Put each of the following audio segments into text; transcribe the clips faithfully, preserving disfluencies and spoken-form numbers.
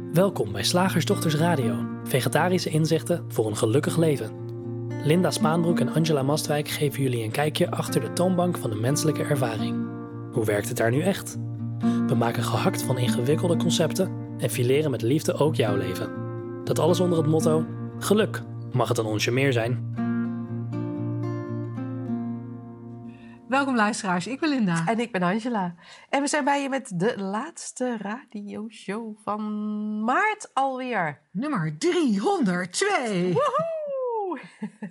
Welkom bij Slagersdochters Radio, vegetarische inzichten voor een gelukkig leven. Linda Spaanbroek en Angela Mastwijk geven jullie een kijkje achter de toonbank van de menselijke ervaring. Hoe werkt het daar nu echt? We maken gehakt van ingewikkelde concepten en fileren met liefde ook jouw leven. Dat alles onder het motto: geluk, mag het een onsje meer zijn? Welkom luisteraars, ik ben Linda. En ik ben Angela. En we zijn bij je met de laatste radioshow van maart alweer. Nummer driehonderdtwee. Woehoe!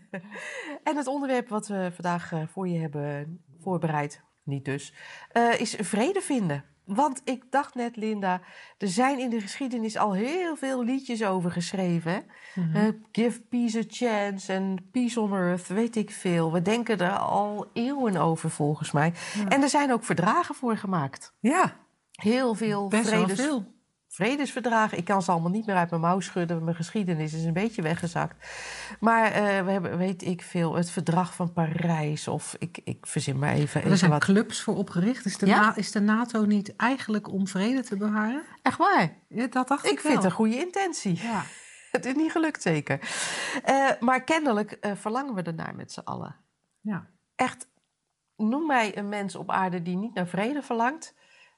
En het onderwerp wat we vandaag voor je hebben voorbereid, niet dus, uh, is vrede vinden. Want ik dacht net, Linda, er zijn in de geschiedenis al heel veel liedjes over geschreven. Mm-hmm. Uh, Give peace a chance en Peace on Earth, weet ik veel. We denken er al eeuwen over, volgens mij. Ja. En er zijn ook verdragen voor gemaakt. Ja. Heel veel Best vredes, wel veel. vredesverdragen. Ik kan ze allemaal niet meer uit mijn mouw schudden. Mijn geschiedenis is een beetje weggezakt. Maar uh, we hebben, weet ik veel, het verdrag van Parijs. Of ik, ik verzin maar even. Er zijn wat clubs voor opgericht. Is de, ja? na, is de NATO niet eigenlijk om vrede te bewaren? Echt waar? Ja, dat dacht ik, ik vind het een goede intentie. Ja. Het is niet gelukt, zeker. Uh, maar kennelijk uh, verlangen we ernaar met z'n allen. Ja. Echt, noem mij een mens op aarde die niet naar vrede verlangt.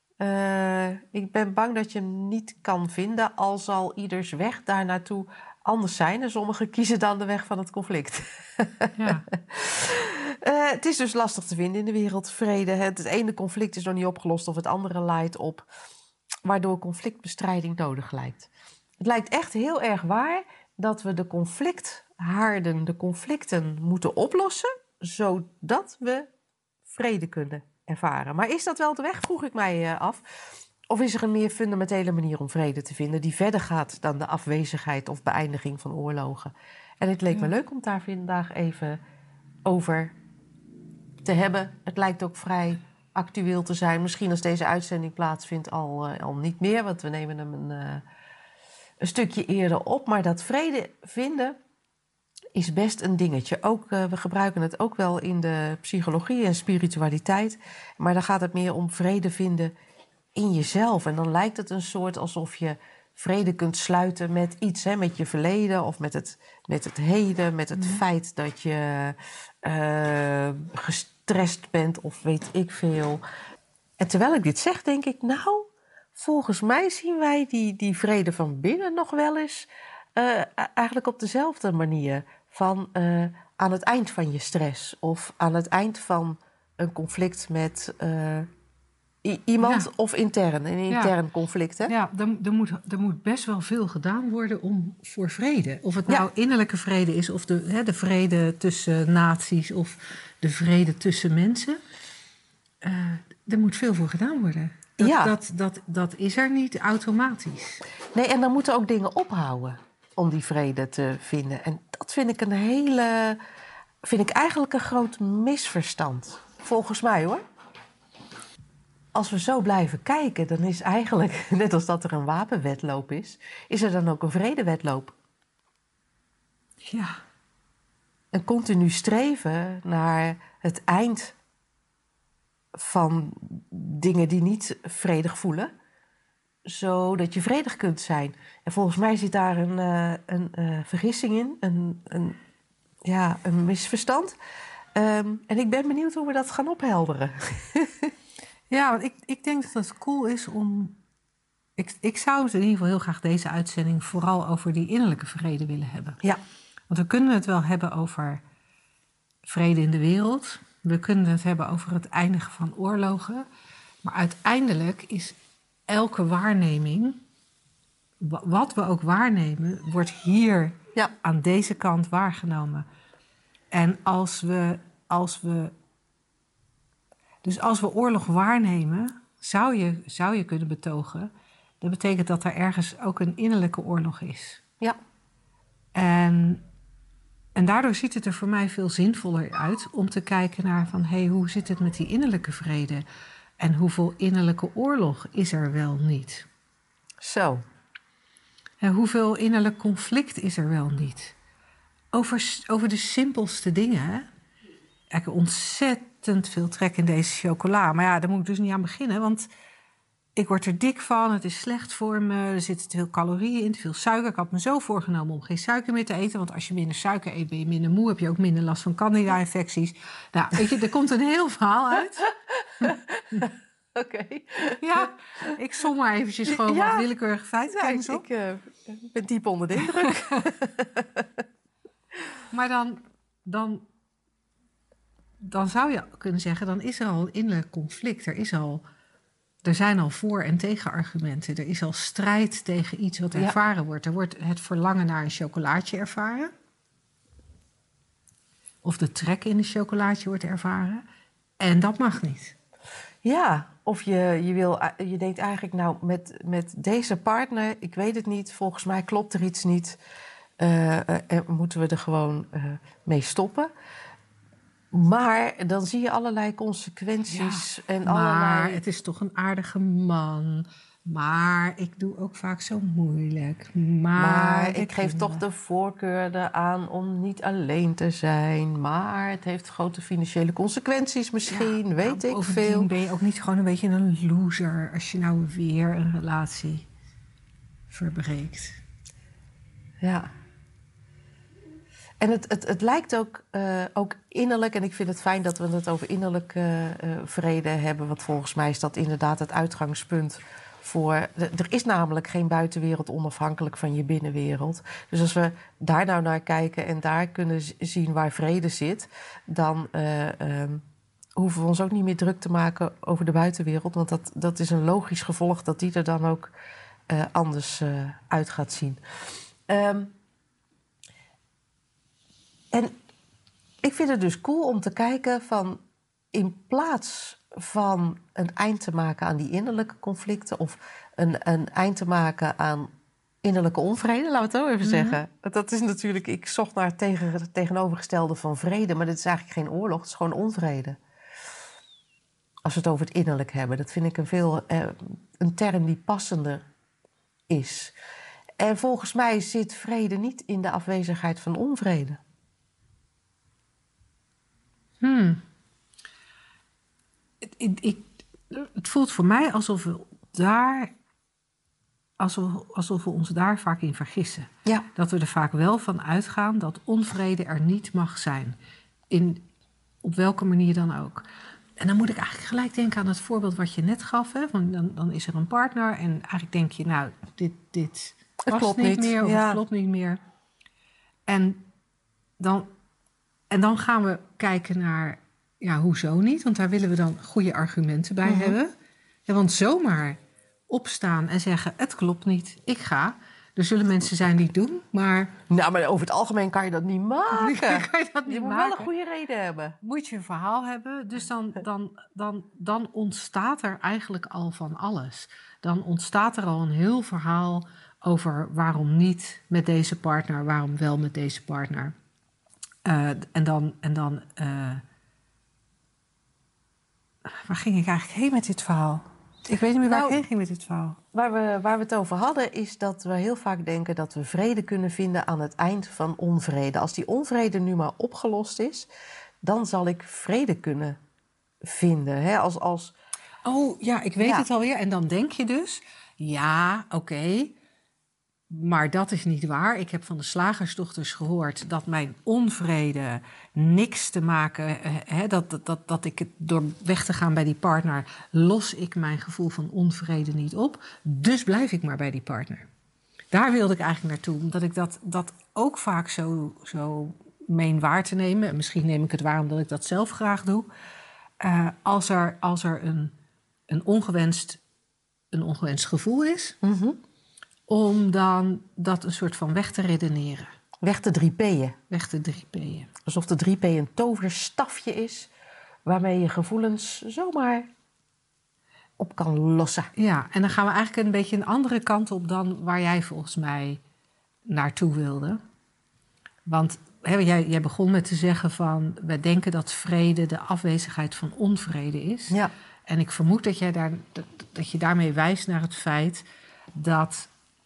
Uh, ik ben bang dat je hem niet kan vinden, al zal ieders weg daar naartoe anders zijn. En sommigen kiezen dan de weg van het conflict. Ja. uh, het is dus lastig te vinden in de wereld, vrede. Het, het ene conflict is nog niet opgelost of het andere leidt op, waardoor conflictbestrijding nodig lijkt. Het lijkt echt heel erg waar dat we de conflicthaarden, de conflicten moeten oplossen, zodat we vrede kunnen ervaren. Maar is dat wel de weg, vroeg ik mij af? Of is er een meer fundamentele manier om vrede te vinden die verder gaat dan de afwezigheid of beëindiging van oorlogen? En het leek me leuk om het daar vandaag even over te hebben. Het lijkt ook vrij actueel te zijn. Misschien als deze uitzending plaatsvindt al, uh, al niet meer, want we nemen hem een, uh, een stukje eerder op. Maar dat vrede vinden is best een dingetje. Ook, uh, we gebruiken het ook wel in de psychologie en spiritualiteit. Maar dan gaat het meer om vrede vinden in jezelf. En dan lijkt het een soort alsof je vrede kunt sluiten met iets. Hè, met je verleden of met het, met het heden. Met het mm. feit dat je uh, gestrest bent of weet ik veel. En terwijl ik dit zeg, denk ik, nou, volgens mij zien wij die, die vrede van binnen nog wel eens uh, eigenlijk op dezelfde manier. Van uh, aan het eind van je stress of aan het eind van een conflict met uh, i- iemand ja. of intern, een intern ja. conflict. Hè? Ja, er, er, moet, er moet best wel veel gedaan worden om, voor vrede. Of het nou ja. innerlijke vrede is of de, hè, de vrede tussen naties of de vrede tussen mensen. Uh, er moet veel voor gedaan worden. Dat, ja. dat, dat, dat is er niet automatisch. Nee, en dan moeten ook dingen ophouden om die vrede te vinden. En dat vind ik een hele, vind ik eigenlijk een groot misverstand. Volgens mij, hoor. Als we zo blijven kijken, dan is eigenlijk, net als dat er een wapenwedloop is, is er dan ook een vredewedloop. Ja. Een continu streven naar het eind van dingen die niet vredig voelen, zodat je vredig kunt zijn. En volgens mij zit daar een, uh, een uh, vergissing in, een, een, ja, een misverstand. Um, en ik ben benieuwd hoe we dat gaan ophelderen. Ja, want ik, ik denk dat het cool is om... Ik, ik zou in ieder geval heel graag deze uitzending vooral over die innerlijke vrede willen hebben. Ja. Want we kunnen het wel hebben over vrede in de wereld. We kunnen het hebben over het eindigen van oorlogen. Maar uiteindelijk is elke waarneming, wat we ook waarnemen, wordt hier ja. aan deze kant waargenomen. En als we, als we, dus als we oorlog waarnemen, zou je, zou je kunnen betogen, dat betekent dat er ergens ook een innerlijke oorlog is. Ja. En, en daardoor ziet het er voor mij veel zinvoller uit om te kijken naar van, hé, hey, hoe zit het met die innerlijke vrede? En hoeveel innerlijke oorlog is er wel niet? Zo. En hoeveel innerlijk conflict is er wel niet? Over, over de simpelste dingen. Hè? Ik heb ontzettend veel trek in deze chocola. Maar ja, daar moet ik dus niet aan beginnen. Want ik word er dik van, het is slecht voor me, er zitten te veel calorieën in, te veel suiker. Ik had me zo voorgenomen om geen suiker meer te eten, want als je minder suiker eet, ben je minder moe, heb je ook minder last van candida-infecties. Nou, weet je, er komt een heel verhaal uit. Oké. Okay. Ja, ik som maar eventjes gewoon ja. wat willekeurige feiten. Ja, ik ik uh, ben diep onder de indruk. Maar dan, dan, dan zou je kunnen zeggen, dan is er al een innerlijk conflict. Er, is al, er zijn al voor- en tegenargumenten. Er is al strijd tegen iets wat ervaren ja. wordt. Er wordt het verlangen naar een chocolaatje ervaren. Of de trek in een chocolaatje wordt ervaren. En dat mag niet. Ja, of je, je, wil, je denkt eigenlijk, nou, met, met deze partner, ik weet het niet, volgens mij klopt er iets niet. Uh, uh, en moeten we er gewoon uh, mee stoppen. Maar dan zie je allerlei consequenties. Ja, en maar allerlei... het is toch een aardige man. Maar ik doe ook vaak zo moeilijk. Maar, maar ik kinderen. geef toch de voorkeur eraan om niet alleen te zijn. Maar het heeft grote financiële consequenties misschien, ja, weet nou, ik veel. Ben je ook niet gewoon een beetje een loser als je nou weer een relatie verbreekt? Ja. En het, het, het lijkt ook, uh, ook innerlijk, en ik vind het fijn dat we het over innerlijke uh, vrede hebben, want volgens mij is dat inderdaad het uitgangspunt voor... Er is namelijk geen buitenwereld onafhankelijk van je binnenwereld. Dus als we daar nou naar kijken en daar kunnen zien waar vrede zit, dan uh, um, hoeven we ons ook niet meer druk te maken over de buitenwereld, want dat, dat is een logisch gevolg dat die er dan ook uh, anders uh, uit gaat zien. Um, En ik vind het dus cool om te kijken van, in plaats van een eind te maken aan die innerlijke conflicten of een, een eind te maken aan innerlijke onvrede, laten we het zo even mm-hmm. zeggen. Dat is natuurlijk, ik zocht naar het, tegen, het tegenovergestelde van vrede, maar dit is eigenlijk geen oorlog, het is gewoon onvrede. Als we het over het innerlijk hebben, dat vind ik een, veel, eh, een term die passender is. En volgens mij zit vrede niet in de afwezigheid van onvrede. Hmm. Het, ik, ik, het voelt voor mij alsof we daar, alsof, alsof we ons daar vaak in vergissen. Ja. Dat we er vaak wel van uitgaan dat onvrede er niet mag zijn. In, op welke manier dan ook. En dan moet ik eigenlijk gelijk denken aan het voorbeeld wat je net gaf. Hè? Want dan, dan is er een partner en eigenlijk denk je, nou, dit, dit het klopt niet, niet meer of ja. het klopt niet meer. En dan... En dan gaan we kijken naar, ja, hoezo niet? Want daar willen we dan goede argumenten bij mm-hmm. hebben. Ja, want zomaar opstaan en zeggen, het klopt niet, ik ga. Er zullen mensen zijn die het doen, maar... Nou, maar over het algemeen kan je dat niet maken. kan je dat niet je moet maken. wel een goede reden hebben. Moet je een verhaal hebben. Dus dan, dan, dan, dan ontstaat er eigenlijk al van alles. Dan ontstaat er al een heel verhaal over waarom niet met deze partner, waarom wel met deze partner. Uh, en dan... En dan uh, waar ging ik eigenlijk heen met dit verhaal? Ik weet niet meer waar nou, ik heen ging met dit verhaal. Waar we, waar we het over hadden is dat we heel vaak denken dat we vrede kunnen vinden aan het eind van onvrede. Als die onvrede nu maar opgelost is, dan zal ik vrede kunnen vinden. Hè? Als, als... Oh ja, ik weet ja. het alweer. En dan denk je dus, ja, oké... Okay, maar dat is niet waar. Ik heb van de slagersdochters gehoord dat mijn onvrede niks te maken... Hè, dat, dat, dat, dat ik het door weg te gaan bij die partner... los ik mijn gevoel van onvrede niet op. Dus blijf ik maar bij die partner. Daar wilde ik eigenlijk naartoe. Omdat ik dat, dat ook vaak zo, zo meen waar te nemen. En misschien neem ik het waar omdat ik dat zelf graag doe. Uh, als er, als er een, een, ongewenst, een ongewenst gevoel is... Mm-hmm. Om dan dat een soort van weg te redeneren. Weg te drie P'en. Weg te drie P'en. Alsof de drie P een toverstafje is... waarmee je gevoelens zomaar op kan lossen. Ja, en dan gaan we eigenlijk een beetje een andere kant op... dan waar jij volgens mij naartoe wilde. Want hè, jij, jij begon met te zeggen van... wij denken dat vrede de afwezigheid van onvrede is. Ja. En ik vermoed dat, jij daar, dat, dat je daarmee wijst naar het feit... dat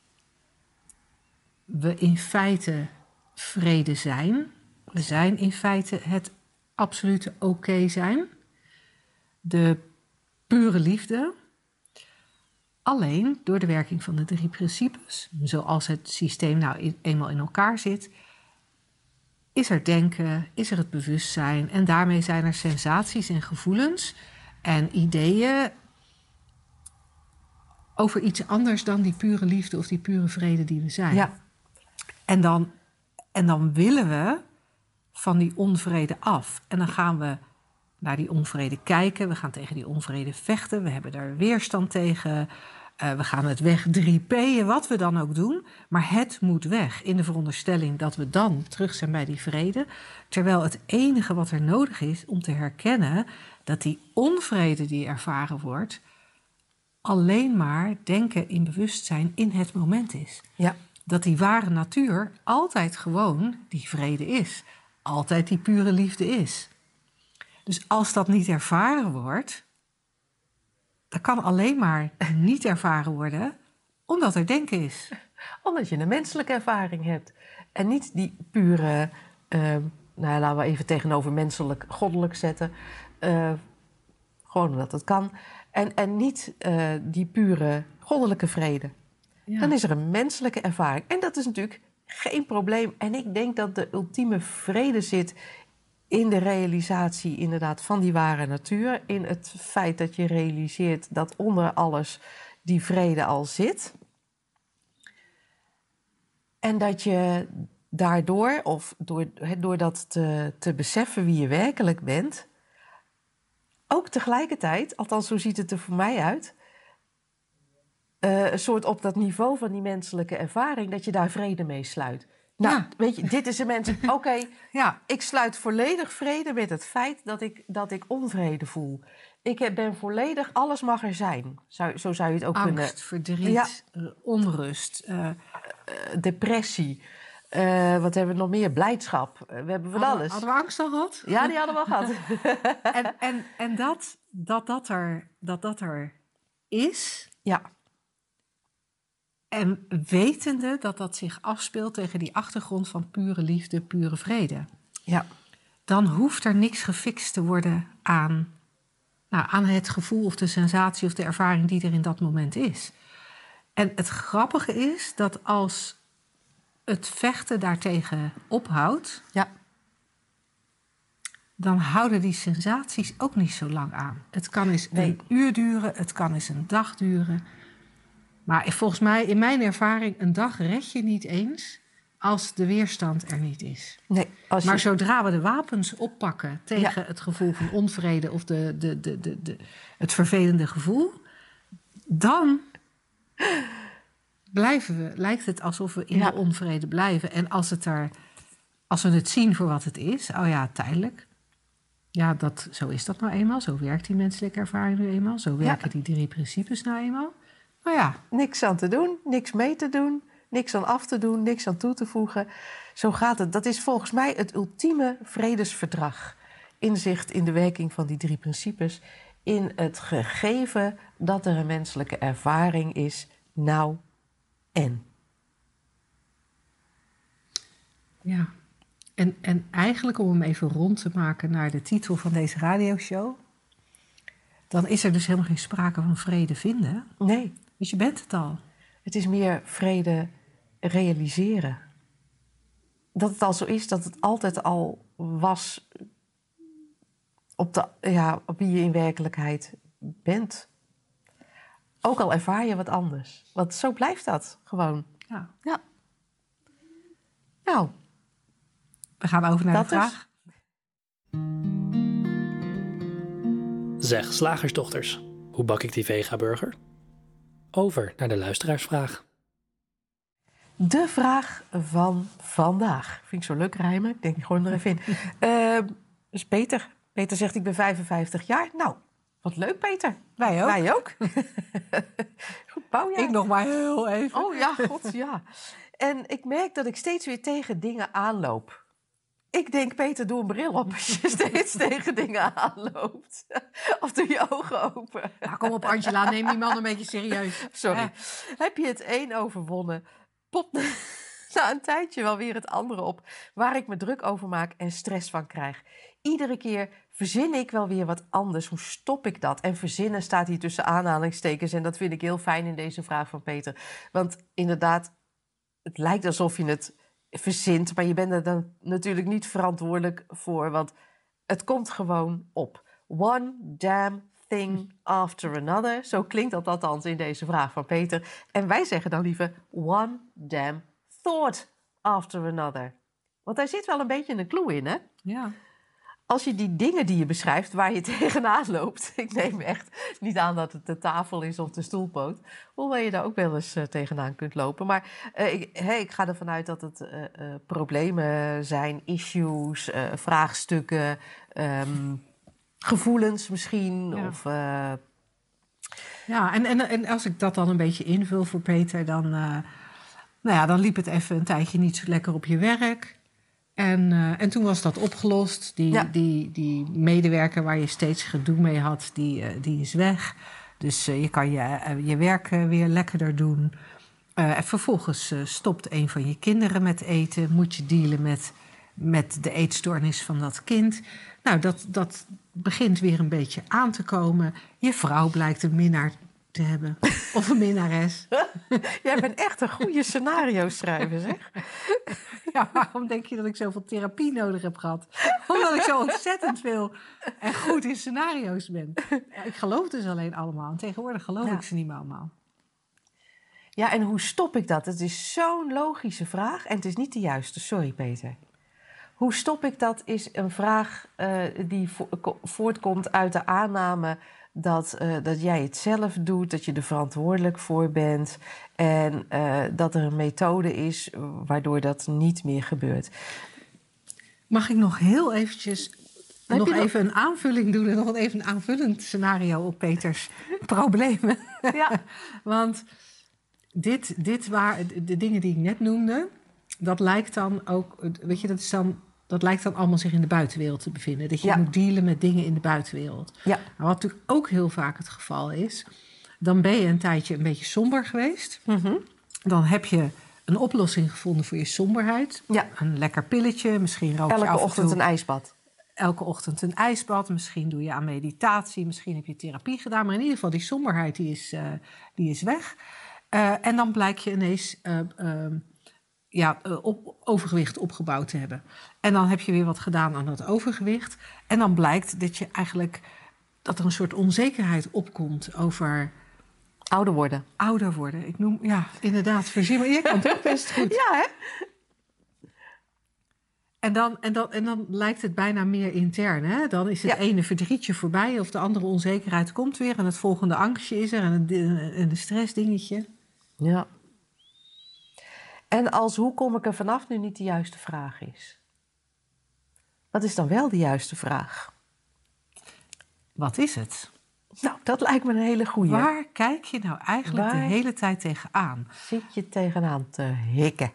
we in feite vrede zijn. We zijn in feite het absolute oké zijn. De pure liefde. Alleen door de werking van de drie principes, zoals het systeem nou eenmaal in elkaar zit, is er denken, is er het bewustzijn en daarmee zijn er sensaties en gevoelens en ideeën over iets anders dan die pure liefde of die pure vrede die we zijn. Ja. En dan, en dan willen we van die onvrede af. En dan gaan we naar die onvrede kijken. We gaan tegen die onvrede vechten. We hebben daar weerstand tegen. Uh, we gaan het weg drie P'en, wat we dan ook doen. Maar het moet weg in de veronderstelling dat we dan terug zijn bij die vrede. Terwijl het enige wat er nodig is om te herkennen dat die onvrede die ervaren wordt alleen maar denken in bewustzijn in het moment is. Ja. Dat die ware natuur altijd gewoon die vrede is. Altijd die pure liefde is. Dus als dat niet ervaren wordt, dat kan alleen maar niet ervaren worden omdat er denken is. Omdat je een menselijke ervaring hebt. En niet die pure, uh, nou laten we even tegenover menselijk goddelijk zetten. Uh, gewoon omdat het kan. En, en niet uh, die pure goddelijke vrede. Ja. Dan is er een menselijke ervaring. En dat is natuurlijk geen probleem. En ik denk dat de ultieme vrede zit in de realisatie inderdaad van die ware natuur. In het feit dat je realiseert dat onder alles die vrede al zit. En dat je daardoor, of door, door dat te, te beseffen wie je werkelijk bent, ook tegelijkertijd, althans zo ziet het er voor mij uit, Uh, een soort op dat niveau van die menselijke ervaring, dat je daar vrede mee sluit. Nou, ja. Weet je, dit is een mens. Oké, okay, ja. Ik sluit volledig vrede met het feit dat ik, dat ik onvrede voel. Ik heb, ben volledig, alles mag er zijn. Zo, zo zou je het ook Angst, kunnen. verdriet, ja. uh, onrust, uh, uh, depressie. Uh, wat hebben we nog meer? Blijdschap. Uh, we hebben van hadden, alles. Hadden we angst al gehad? Ja, die hadden we al gehad. en en, en dat, dat, dat, er, dat dat er is. Ja. En wetende dat dat zich afspeelt tegen die achtergrond van pure liefde, pure vrede. Ja. Dan hoeft er niks gefixt te worden aan, nou, aan het gevoel of de sensatie of de ervaring die er in dat moment is. En het grappige is dat als het vechten daartegen ophoudt, ja. dan houden die sensaties ook niet zo lang aan. Het kan eens nee. een uur duren, het kan eens een dag duren. Maar volgens mij, in mijn ervaring, een dag red je niet eens als de weerstand er niet is. Nee, als je... Maar zodra we de wapens oppakken tegen ja. het gevoel van onvrede of de, de, de, de, de, het vervelende gevoel, dan blijven we, lijkt het alsof we in ja. de onvrede blijven. En als, het er, als we het zien voor wat het is, oh ja, tijdelijk. Ja, dat, zo is dat nou eenmaal. Zo werkt die menselijke ervaring nu eenmaal. Zo werken ja. die drie principes nou eenmaal. Nou ja. Niks aan te doen, niks mee te doen, niks aan af te doen, niks aan toe te voegen. Zo gaat het. Dat is volgens mij het ultieme vredesverdrag. Inzicht in de werking van die drie principes. In het gegeven dat er een menselijke ervaring is. Nou en. Ja. En, en eigenlijk om hem even rond te maken naar de titel van deze radioshow, dan is er dus helemaal geen sprake van vrede vinden. Nee. Dus je bent het al. Het is meer vrede realiseren. Dat het al zo is, dat het altijd al was op, de, ja, op wie je in werkelijkheid bent. Ook al ervaar je wat anders. Want zo blijft dat gewoon. Ja. Ja. Nou. We gaan over naar dat de vraag. Is... Zeg, slagersdochters, hoe bak ik die vegaburger? Over naar de luisteraarsvraag. De vraag van vandaag. Vind ik zo leuk rijmen. Ik denk gewoon er even in. Uh, dus Peter. Peter zegt, ik ben vijfenvijftig jaar. Nou, wat leuk Peter. Wij ook. Wij ook. Goed bouwjaar. Ik nog maar heel even. Oh ja, god ja. En ik merk dat ik steeds weer tegen dingen aanloop. Ik denk, Peter, doe een bril op als je steeds tegen dingen aanloopt. Of doe je ogen open. Nou, kom op Angela, neem die man een beetje serieus. Sorry. Eh. Heb je het een overwonnen, popt na een tijdje wel weer het andere op, waar ik me druk over maak en stress van krijg. Iedere keer verzin ik wel weer wat anders? Hoe stop ik dat? En verzinnen staat hier tussen aanhalingstekens. En dat vind ik heel fijn in deze vraag van Peter. Want inderdaad, het lijkt alsof je het verzint, maar je bent er dan natuurlijk niet verantwoordelijk voor. Want het komt gewoon op. One damn thing after another. Zo klinkt dat althans in deze vraag van Peter. En wij zeggen dan liever one damn thought after another. Want daar zit wel een beetje een clue in, hè? Ja. Als je die dingen die je beschrijft waar je tegenaan loopt... ik neem echt niet aan dat het de tafel is of de stoelpoot... hoewel je daar ook wel eens uh, tegenaan kunt lopen. Maar uh, ik, hey, ik ga ervan uit dat het uh, uh, problemen zijn, issues, uh, vraagstukken... Um, gevoelens misschien, Ja. of... Uh... Ja, en, en, en als ik dat dan een beetje invul voor Peter... dan, uh, nou ja, dan liep het even een tijdje niet zo lekker op je werk... En, uh, en toen was dat opgelost. Die, Ja. die, die medewerker waar je steeds gedoe mee had, die, uh, die is weg. Dus uh, je kan je, uh, je werk uh, weer lekkerder doen. Uh, en vervolgens uh, stopt een van je kinderen met eten. Moet je dealen met, met de eetstoornis van dat kind. Nou, dat, dat begint weer een beetje aan te komen. Je vrouw blijkt een minnaar te hebben. Of een minnares. Jij bent echt een goede scenario-schrijver, zeg. Ja, waarom denk je dat ik zoveel therapie nodig heb gehad? Omdat ik zo ontzettend veel en goed in scenario's ben. Ik geloof dus alleen allemaal. En tegenwoordig geloof Ja. ik ze niet meer allemaal. Ja, en hoe stop ik dat? Het is zo'n logische vraag en het is niet de juiste. Sorry, Peter. Hoe stop ik dat is een vraag uh, die vo- voortkomt uit de aanname... Dat, uh, dat jij het zelf doet, dat je er verantwoordelijk voor bent... en uh, dat er een methode is waardoor dat niet meer gebeurt. Mag ik nog heel eventjes Heb nog je nog- even een aanvulling doen... en nog even een aanvullend scenario op Peters problemen? Ja. Want dit, dit waren de, de dingen die ik net noemde... dat lijkt dan ook... Weet je, dat is dan... Dat lijkt dan allemaal zich in de buitenwereld te bevinden. Dat je Ja. moet dealen met dingen in de buitenwereld. Ja. Nou, wat natuurlijk ook heel vaak het geval is... dan ben je een tijdje een beetje somber geweest. Mm-hmm. Dan heb je een oplossing gevonden voor je somberheid. Ja. Een lekker pilletje, misschien rook je Elke af en ochtend toe... een ijsbad. Elke ochtend een ijsbad. Misschien doe je aan meditatie. Misschien heb je therapie gedaan. Maar in ieder geval, die somberheid die is, uh, die is weg. Uh, en dan blijkt je ineens... Uh, uh, ja, op, overgewicht opgebouwd te hebben. En dan heb je weer wat gedaan aan dat overgewicht. En dan blijkt dat je eigenlijk dat er een soort onzekerheid opkomt over Ouder worden. ouder worden. Ik noem, ja, inderdaad, verzin, maar je kan het ook best goed. Ja, hè? En dan, en, dan, en dan lijkt het bijna meer intern. Hè? Dan is het Ja. ene verdrietje voorbij of de andere onzekerheid komt weer... en het volgende angstje is er en het en de stressdingetje. Ja. En als hoe kom ik er vanaf nu niet de juiste vraag is? Wat is dan wel de juiste vraag? Wat is het? Nou, dat lijkt me een hele goeie. Waar kijk je nou eigenlijk Waar? de hele tijd tegenaan? Zit je tegenaan te hikken?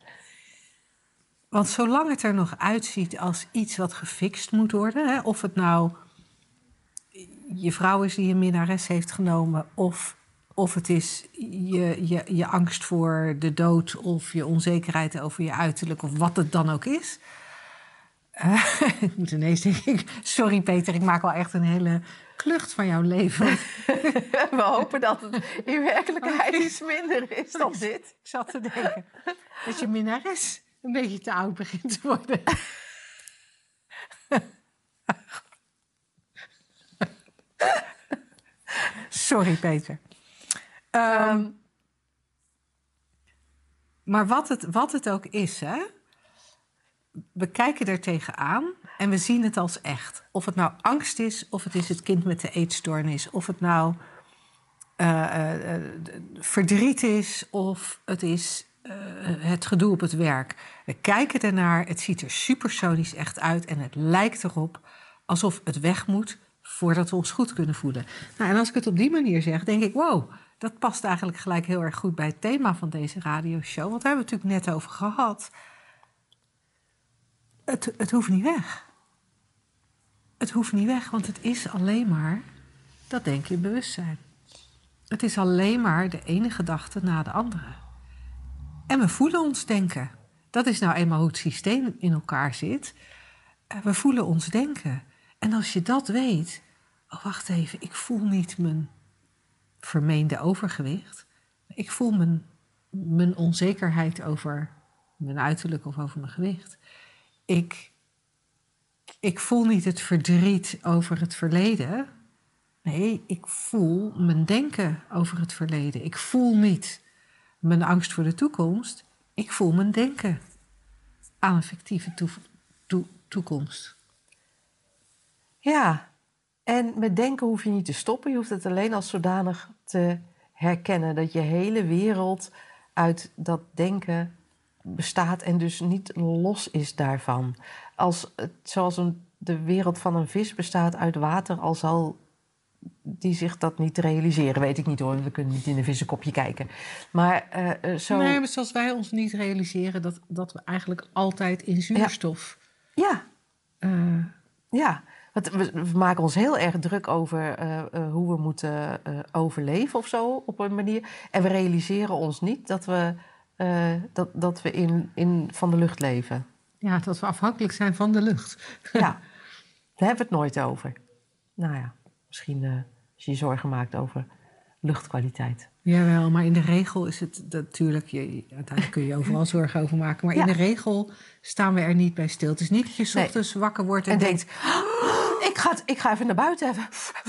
Want zolang het er nog uitziet als iets wat gefixt moet worden... Hè, of het nou je vrouw is die een minnares heeft genomen... of, of het is je, je, je angst voor de dood... of je onzekerheid over je uiterlijk of wat het dan ook is... Uh, ik moet ineens denken... Sorry Peter, ik maak wel echt een hele klucht van jouw leven. We hopen dat het in werkelijkheid iets minder is dan dit. Ik zat te denken dat je minnares een beetje te oud begint te worden. Sorry, Peter. Um, um, maar wat het, wat het ook is, hè? We kijken er tegenaan en we zien het als echt. Of het nou angst is, of het is het kind met de eetstoornis... of het nou uh, uh, verdriet is, of het is uh, het gedoe op het werk. We kijken ernaar, het ziet er supersonisch echt uit... en het lijkt erop alsof het weg moet voordat we ons goed kunnen voelen. Nou, en als ik het op die manier zeg, denk ik... wow, dat past eigenlijk gelijk heel erg goed bij het thema van deze radioshow... want daar hebben we het natuurlijk net over gehad... Het, het hoeft niet weg. Het hoeft niet weg, want het is alleen maar dat denken in bewustzijn. Het is alleen maar de ene gedachte na de andere. En we voelen ons denken. Dat is nou eenmaal hoe het systeem in elkaar zit. We voelen ons denken. En als je dat weet... Oh, wacht even, ik voel niet mijn vermeende overgewicht. Ik voel mijn, mijn onzekerheid over mijn uiterlijk of over mijn gewicht. Ik, ik voel niet het verdriet over het verleden. Nee, ik voel mijn denken over het verleden. Ik voel niet mijn angst voor de toekomst. Ik voel mijn denken aan een fictieve toe, toe, toekomst. Ja, en met denken hoef je niet te stoppen. Je hoeft het alleen als zodanig te herkennen. Dat je hele wereld uit dat denken bestaat en dus niet los is daarvan. Als, zoals een, de wereld van een vis bestaat uit water, al zal die zich dat niet realiseren. Weet ik niet hoor, we kunnen niet in een vissenkopje kijken. Maar uh, zo... Nee, maar zoals wij ons niet realiseren dat, dat we eigenlijk altijd in zuurstof... Ja, ja. Uh, ja. We, we maken ons heel erg druk over uh, uh, hoe we moeten uh, overleven of zo, op een manier. En we realiseren ons niet dat we, uh, dat, dat we in, in van de lucht leven. Ja, dat we afhankelijk zijn van de lucht. Ja, daar hebben we het nooit over. Nou ja, misschien uh, als je je zorgen maakt over luchtkwaliteit. Jawel, maar in de regel is het natuurlijk... Je, uiteindelijk kun je overal zorgen over maken. Maar ja. In de regel staan we er niet bij stil. Het is niet dat je 's ochtends nee. wakker wordt en, en denkt... denkt, ik ga, ik ga even naar buiten even...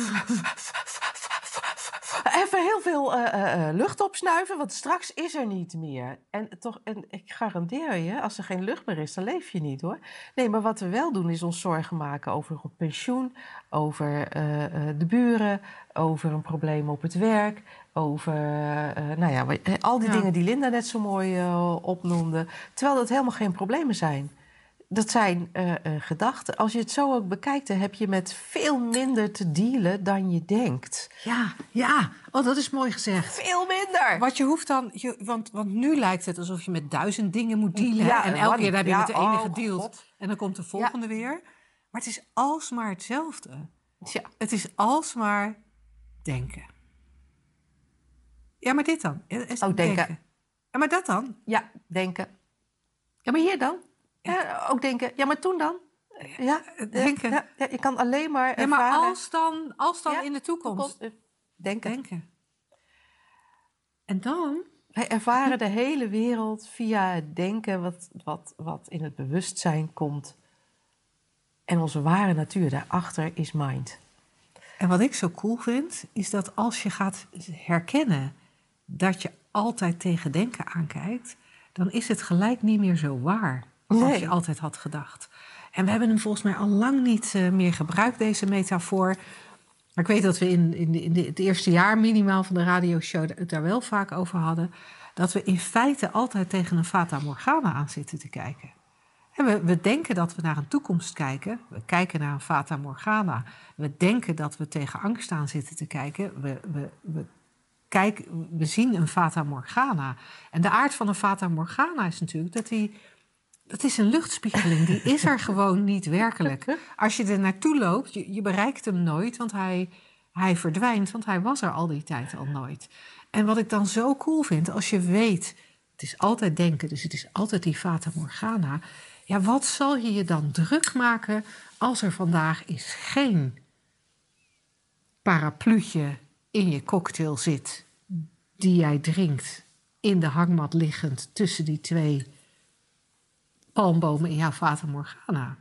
Even heel veel uh, uh, lucht opsnuiven, want straks is er niet meer. En, toch, en ik garandeer je, als er geen lucht meer is, dan leef je niet hoor. Nee, maar wat we wel doen is ons zorgen maken over het pensioen, over uh, uh, de buren, over een probleem op het werk, over uh, nou ja, al die ja. dingen die Linda net zo mooi uh, opnoemde. Terwijl dat helemaal geen problemen zijn. Dat zijn uh, uh, gedachten. Als je het zo ook bekijkt, dan heb je met veel minder te dealen dan je denkt. Ja, ja. Oh, dat is mooi gezegd. Veel minder. Wat je hoeft dan... Je, want, want nu lijkt het alsof je met duizend dingen moet dealen. Ja, en elke keer heb je ja, met de ene oh, gedeeld. God. En dan komt de volgende ja. weer. Maar het is alsmaar hetzelfde. Ja. Het is alsmaar denken. Ja, maar dit dan? Is oh, denken. denken. Ja, maar dat dan? Ja, denken. Ja, maar hier dan? Ja, ook denken. Ja, maar toen dan? Ja, denken. Ja, ja, je kan alleen maar ja, maar als dan, als dan ja, in de toekomst? toekomst denken. denken. En dan? Wij ervaren de hele wereld via het denken wat, wat, wat in het bewustzijn komt. En onze ware natuur daarachter is mind. En wat ik zo cool vind, is dat als je gaat herkennen dat je altijd tegen denken aankijkt, dan is het gelijk niet meer zo waar. Nee. Als je altijd had gedacht. En we hebben hem volgens mij al lang niet uh, meer gebruikt, deze metafoor. Maar ik weet dat we in, in, de, in de, het eerste jaar minimaal van de radioshow het daar wel vaak over hadden. Dat we in feite altijd tegen een Fata Morgana aan zitten te kijken. En we, we denken dat we naar een toekomst kijken. We kijken naar een Fata Morgana. We denken dat we tegen angst aan zitten te kijken. We, we, we, kijk, we zien een Fata Morgana. En de aard van een Fata Morgana is natuurlijk dat die... Dat is een luchtspiegeling, die is er gewoon niet werkelijk. Als je er naartoe loopt, je, je bereikt hem nooit, want hij, hij verdwijnt, want hij was er al die tijd al nooit. En wat ik dan zo cool vind, als je weet, het is altijd denken, dus het is altijd die Fata Morgana. Ja, wat zal je je dan druk maken als er vandaag eens geen parapluutje in je cocktail zit, die jij drinkt, in de hangmat liggend tussen die twee palmbomen in jouw Fata Morgana.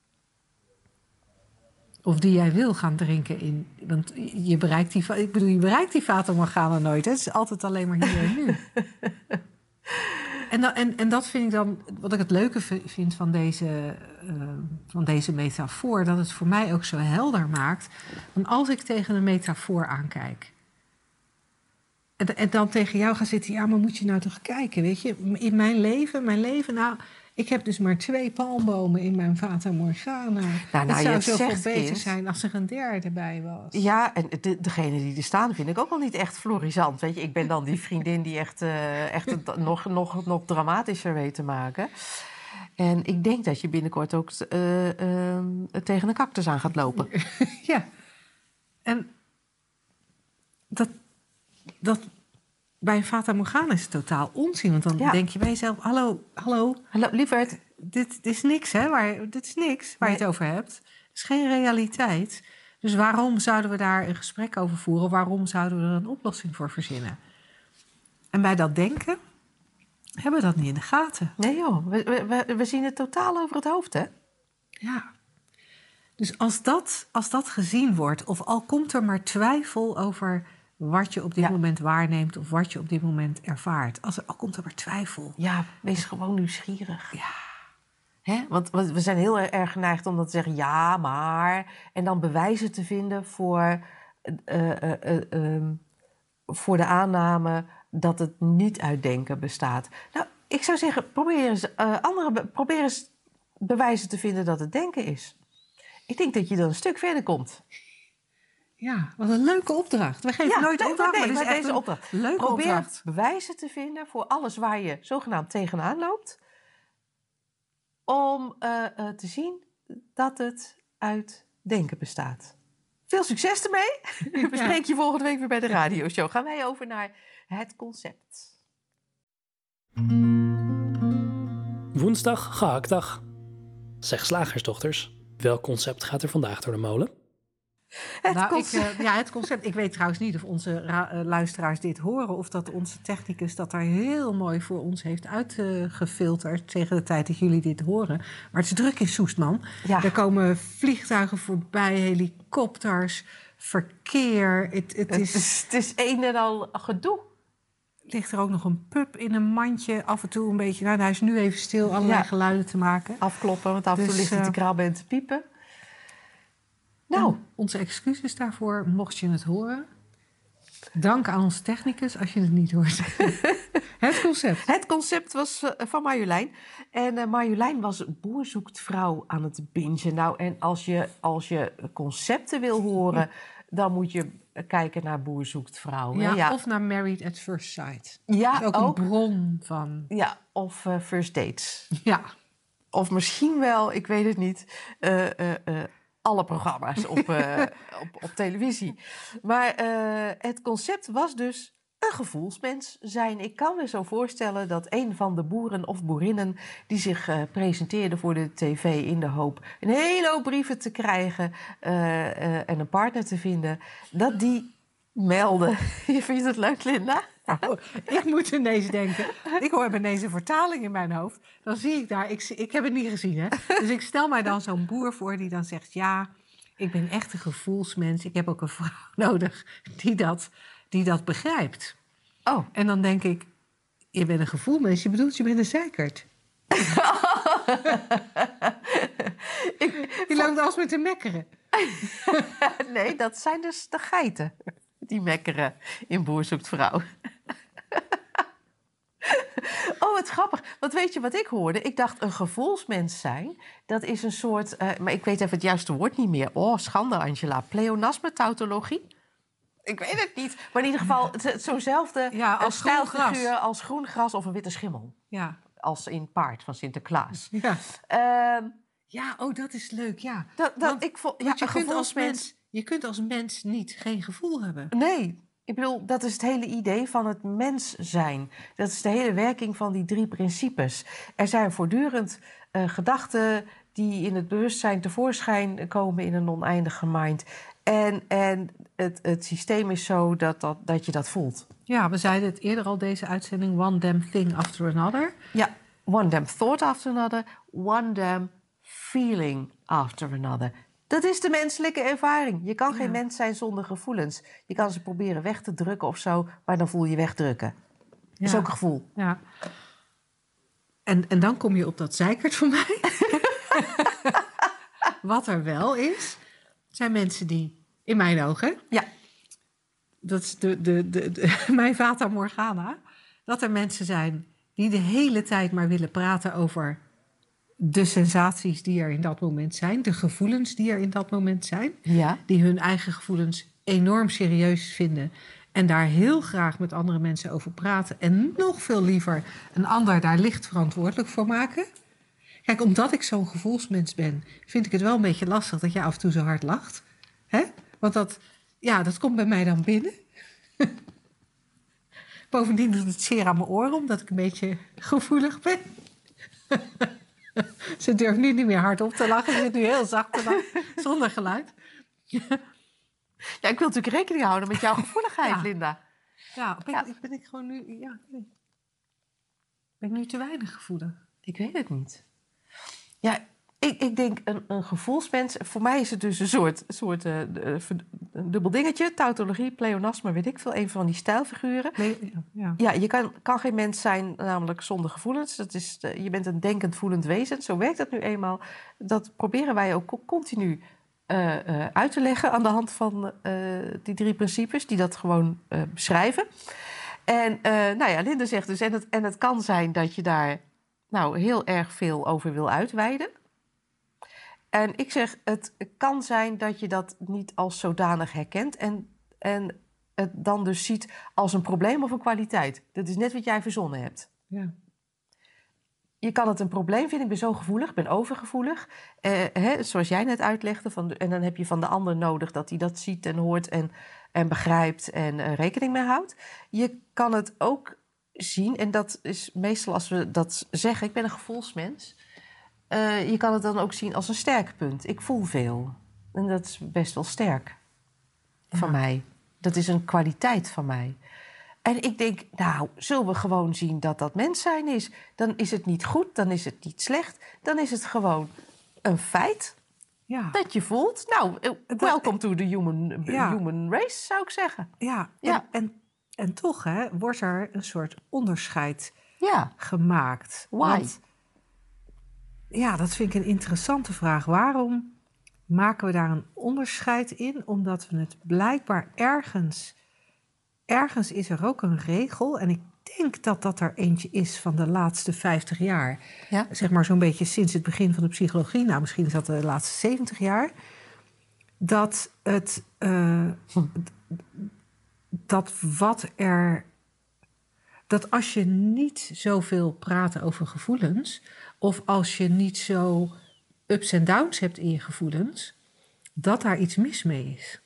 Of die jij wil gaan drinken in... Want je bereikt die, ik bedoel, je bereikt die Fata Morgana nooit. Hè? Het is altijd alleen maar hier en nu. en, dan, en, en dat vind ik dan... Wat ik het leuke vind van deze, uh, van deze metafoor... dat het voor mij ook zo helder maakt. Want als ik tegen een metafoor aankijk... En, en dan tegen jou ga zitten... Ja, maar moet je nou toch kijken, weet je? In mijn leven, mijn leven... nou. Ik heb dus maar twee palmbomen in mijn Fata Morgana. Nou, nou, het zou zoveel beter kind. zijn als er een derde bij was. Ja, en de, degene die er staan vind ik ook al niet echt florisant. Weet je, ik ben dan die vriendin die echt, uh, echt het nog, nog, nog dramatischer weet te maken. En ik denk dat je binnenkort ook uh, uh, tegen een cactus aan gaat lopen. Ja. En dat... dat bij een Fata Morgana is het totaal onzin. Want dan ja. denk je bij jezelf, hallo, hallo. Hallo, lieverd. Dit, dit is niks, hè? Waar, dit is niks waar nee. je het over hebt. Het is geen realiteit. Dus waarom zouden we daar een gesprek over voeren? Waarom zouden we er een oplossing voor verzinnen? En bij dat denken hebben we dat niet in de gaten. Nee joh, we, we, we zien het totaal over het hoofd, hè? Ja. Dus als dat, als dat gezien wordt, of al komt er maar twijfel over wat je op dit Ja. moment waarneemt of wat je op dit moment ervaart. Als er, al komt er maar twijfel. Ja, wees gewoon nieuwsgierig. Ja. Hè? Want want we zijn heel erg geneigd om dan te zeggen ja, maar. En dan bewijzen te vinden voor, eh, eh, eh, ehm, voor de aanname dat het niet uit denken bestaat. Nou, ik zou zeggen, probeer eens, eh, andere, be- probeer eens bewijzen te vinden dat het denken is. Ik denk dat je dan een stuk verder komt. Ja, wat een leuke opdracht. We geven Ja, nooit nee, opdracht, maar nee, maar dit is maar echt deze een opdracht. leuke Probeer opdracht. bewijzen te vinden voor alles waar je zogenaamd tegenaan loopt. Om eh, eh, te zien dat het uit denken bestaat. Veel succes ermee. Ik bespreek je volgende week weer bij de radioshow. Gaan wij over naar het concept. Woensdag, gehaktdag. Zeg slagersdochters, welk concept gaat er vandaag door de molen? Het nou, ik, concept. eh, ja, het concept. Ik weet trouwens niet of onze ra- eh, luisteraars dit horen, of dat onze technicus dat daar heel mooi voor ons heeft uitgefilterd tegen de tijd dat jullie dit horen. Maar het is druk in Soest, man. Ja. Er komen vliegtuigen voorbij, helikopters, verkeer. Het, het Het is, is, het is een en al gedoe. ligt er ook nog een pup in een mandje. Af en toe een beetje. Nou, hij is nu even stil, allerlei Ja. geluiden te maken. Afkloppen, want af en toe Dus, ligt hij te eh, krabben en te piepen. Nou, En onze excuses daarvoor, mocht je het horen. Dank aan onze technicus als je het niet hoort. Het concept. het concept was eh, van Marjolein. En eh, Marjolein was Boer zoekt vrouw aan het bingen. Nou, en als je, als je concepten wil horen, dan moet je kijken naar Boer zoekt vrouw. hè? Ja, ja. Of naar Married at First Sight. ja, Dat is ook, ook. een bron van. Ja, of eh, first dates. Ja, Of misschien wel, ik weet het niet, eh, eh, eh, alle programma's op, eh, op, op televisie. Maar eh, het concept was dus een gevoelsmens zijn. Ik kan me zo voorstellen dat een van de boeren of boerinnen die zich eh, presenteerden voor de tv in de hoop een hele hoop brieven te krijgen eh, eh, en een partner te vinden, dat die melden. Vind je het leuk, Linda? nou, ik moet ineens denken. Ik hoor ineens een vertaling in mijn hoofd. Dan zie ik daar, ik, ik heb het niet gezien, hè. Dus ik stel mij dan zo'n boer voor die dan zegt, ja, ik ben echt een gevoelsmens. Ik heb ook een vrouw nodig die dat, die dat begrijpt. Oh. En dan denk ik, je bent een gevoelmens, je bedoelt, je bent een zeikert. ik, Je loopt als met te mekkeren. Nee, dat zijn dus de geiten. Die mekkeren in Boer zoekt vrouw. Oh, wat grappig. Want weet je wat ik hoorde? Ik dacht, een gevoelsmens zijn, dat is een soort... Uh, maar ik weet even het juiste woord niet meer. Oh, schande, Angela. Pleonasme-tautologie? Ik weet het niet. Maar in ieder geval, het, het, zo'nzelfde Ja, uh, als groen stijlfiguur gras. als groen gras of een witte schimmel. Ja, Als in paard van Sinterklaas. ja. Ehm, Ja, oh, dat is leuk, ja. dat, dat, Want- ik vond, ja, Want je een kunt, als gevoelsmens... mens, je kunt als mens niet geen gevoel hebben. Nee, ik bedoel, dat is het hele idee van het mens zijn. Dat is de hele werking van die drie principes. Er zijn voortdurend uh, gedachten die in het bewustzijn tevoorschijn komen in een oneindige mind. En, en het, het systeem is zo dat, dat, dat je dat voelt. Ja, we zeiden het eerder al, deze uitzending, one damn thing after another. Ja, one damn thought after another, one damn feeling after another. Dat is de menselijke ervaring. Je kan Ja. geen mens zijn zonder gevoelens. Je kan ze proberen weg te drukken of zo, maar dan voel je wegdrukken. Dat is Ja. ook een gevoel. Ja. En, en dan kom je op dat zeikert van mij. Wat er wel is, zijn mensen die, in mijn ogen, Ja, dat is de, de, de, de, mijn Fata Morgana, dat er mensen zijn die de hele tijd maar willen praten over de sensaties die er in dat moment zijn, de gevoelens die er in dat moment zijn, ja. die hun eigen gevoelens enorm serieus vinden en daar heel graag met andere mensen over praten en nog veel liever een ander daar licht verantwoordelijk voor maken. Kijk, omdat ik zo'n gevoelsmens ben, vind ik het wel een beetje lastig dat jij af en toe zo hard lacht. Hè? Want dat, ja, dat komt bij mij dan binnen. Bovendien doet het zeer aan mijn oren, omdat ik een beetje gevoelig ben. Ze durft nu niet meer hardop te lachen. Ze zit nu heel zacht te lachen, zonder geluid. Ja, ik wil natuurlijk rekening houden met jouw gevoeligheid, Ja. Linda. Ja, ben, Ja. Ik, ben ik gewoon nu... Ja, nee. Ben ik nu te weinig gevoelig? Ik weet het niet. Ja, ik, ik denk een, een gevoelsmens... Voor mij is het dus een soort, soort uh, een dubbel dingetje. Tautologie, pleonasme, weet ik veel. Een van die stijlfiguren. Nee, ja, ja. Ja, je kan, kan geen mens zijn namelijk zonder gevoelens. Dat is, uh, je bent een denkend, voelend wezen. Zo werkt dat nu eenmaal. Dat proberen wij ook continu uh, uh, uit te leggen... aan de hand van uh, die drie principes die dat gewoon uh, beschrijven. En uh, nou ja, Linde zegt dus... En het, en het kan zijn dat je daar nou heel erg veel over wil uitweiden. En ik zeg, het kan zijn dat je dat niet als zodanig herkent... en, en het dan dus ziet als een probleem of een kwaliteit. Dat is net wat jij verzonnen hebt. Ja. Je kan het een probleem vinden. Ik ben zo gevoelig, ik ben overgevoelig. Eh, hè, zoals jij net uitlegde. Van de, en dan heb je van de ander nodig dat hij dat ziet en hoort... en, en begrijpt en uh, rekening mee houdt. Je kan het ook zien, en dat is meestal als we dat zeggen... ik ben een gevoelsmens... Uh, je kan het dan ook zien als een sterk punt. Ik voel veel. En dat is best wel sterk van Ja. mij. Dat is een kwaliteit van mij. En ik denk, nou, zullen we gewoon zien dat dat mens zijn is? Dan is het niet goed, dan is het niet slecht. Dan is het gewoon een feit Ja. dat je voelt. Nou, welcome to the human, Ja. human race, zou ik zeggen. Ja, Ja. En, en, en toch hè, wordt er een soort onderscheid Ja, gemaakt. Why? Want, ja, dat vind ik een interessante vraag. Waarom maken we daar een onderscheid in? Omdat we het blijkbaar ergens... Ergens is er ook een regel. En ik denk dat dat er eentje is van de laatste vijftig jaar. ja. Zeg maar zo'n beetje sinds het begin van de psychologie. Nou, misschien is dat de laatste zeventig jaar. Dat het... Uh, dat wat er... Dat als je niet zoveel praat over gevoelens... of als je niet zo ups en downs hebt in je gevoelens... dat daar iets mis mee is.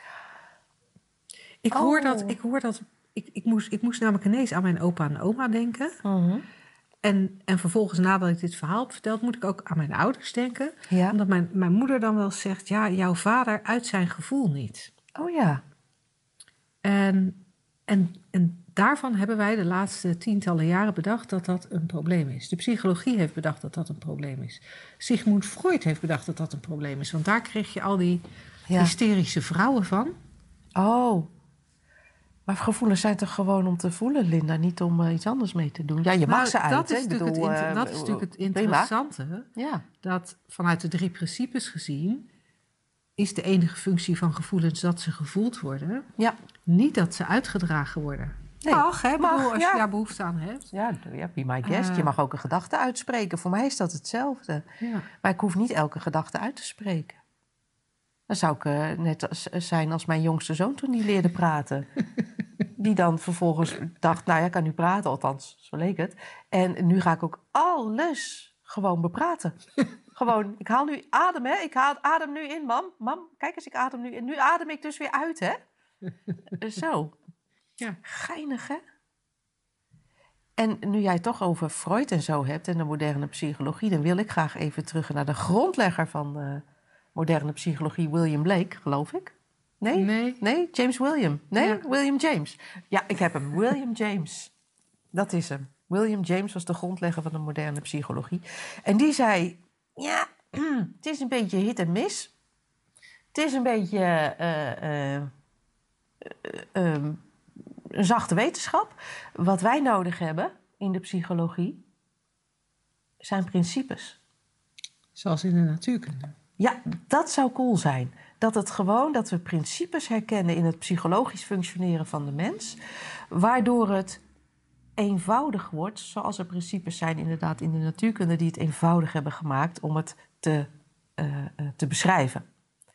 Ik Oh. hoor dat... Ik, hoor dat ik, ik, moest, ik moest namelijk ineens aan mijn opa en oma denken. Uh-huh. En, en vervolgens, nadat ik dit verhaal heb verteld... moet ik ook aan mijn ouders denken. Ja. Omdat mijn, mijn moeder dan wel zegt... ja, jouw vader uit zijn gevoel niet. Oh ja. En, en, en daarvan hebben wij de laatste tientallen jaren bedacht dat dat een probleem is. De psychologie heeft bedacht dat dat een probleem is. Sigmund Freud heeft bedacht dat dat een probleem is. Want daar kreeg je al die Ja. hysterische vrouwen van. Oh. Maar gevoelens zijn toch gewoon om te voelen, Linda? Niet om uh, iets anders mee te doen? Ja, je mag Nou, ze uit, dat hè? is Ik natuurlijk, bedoel, het, inter- uh, dat is natuurlijk het prima. interessante. Ja. Dat vanuit de drie principes gezien... is de enige functie van gevoelens dat ze gevoeld worden. Ja. Niet dat ze uitgedragen worden. Nee, Mag, hè? mag, Bedoel, als ja. je daar behoefte aan hebt. Ja, ja, be my guest. Uh, je mag ook een gedachte uitspreken. Voor mij is dat hetzelfde. Ja. Maar ik hoef niet elke gedachte uit te spreken. Dan zou ik uh, net als, zijn als mijn jongste zoon toen die leerde praten. Die dan vervolgens dacht, nou ja, ik kan nu praten, althans, zo leek het. En nu ga ik ook alles gewoon bepraten. Gewoon, ik haal nu adem, hè. Ik haal adem nu in, mam. Mam, kijk eens, ik adem nu in. Nu adem ik dus weer uit, hè. Zo. Ja. Geinig, hè? En nu jij het toch over Freud en zo hebt en de moderne psychologie... dan wil ik graag even terug naar de grondlegger van de moderne psychologie... William Blake, geloof ik. Nee? Nee. Nee? James William. Nee? Ja. William James. Ja, ik heb hem. William James. Dat is hem. William James was de grondlegger van de moderne psychologie. En die zei... Ja, het is een beetje hit en miss. Het is een beetje... Uh, uh, uh, um, een zachte wetenschap. Wat wij nodig hebben in de psychologie zijn principes. Zoals in de natuurkunde. Ja, dat zou cool zijn. Dat het gewoon, dat we principes herkennen in het psychologisch functioneren van de mens, waardoor het eenvoudig wordt, zoals er principes zijn inderdaad in de natuurkunde die het eenvoudig hebben gemaakt om het te, uh, uh, te beschrijven.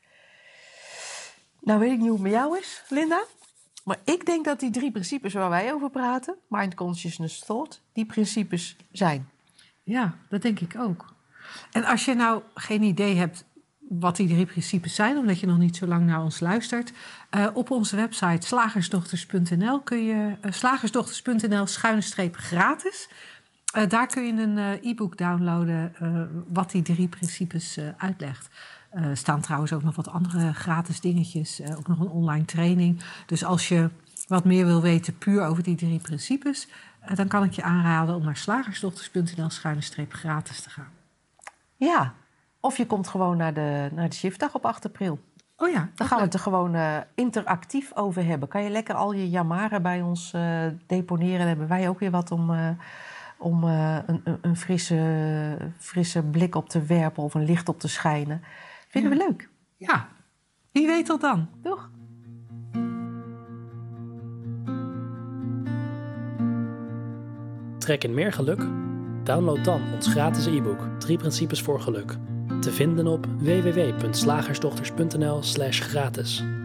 Nou weet ik niet hoe het met jou is, Linda. Maar ik denk dat die drie principes waar wij over praten, mind, consciousness, thought, die principes zijn. Ja, dat denk ik ook. En als je nou geen idee hebt wat die drie principes zijn, omdat je nog niet zo lang naar ons luistert, uh, op onze website slagersdochters punt n l kun je uh, slagersdochters punt n l schuine streep gratis Uh, daar kun je een uh, e-book downloaden uh, wat die drie principes uh, uitlegt. Er uh, staan trouwens ook nog wat andere gratis dingetjes. Uh, ook nog een online training. Dus als je wat meer wil weten puur over die drie principes... Uh, dan kan ik je aanraden om naar slagersdochters.nl schuine streep gratis te gaan. Ja, of je komt gewoon naar de, naar de shiftdag op acht april. Oh ja. Dan gaan we het er gewoon uh, interactief over hebben. Kan je lekker al je jamaren bij ons uh, deponeren. Dan hebben wij ook weer wat om... Uh, om uh, een, een frisse, frisse blik op te werpen of een licht op te schijnen. Vinden ja. we leuk. Ja, wie weet tot dan. Doeg. Trek in meer geluk? Download dan ons gratis e-book Drie Principes voor Geluk. Te vinden op w w w punt slagersdochters punt n l slash gratis.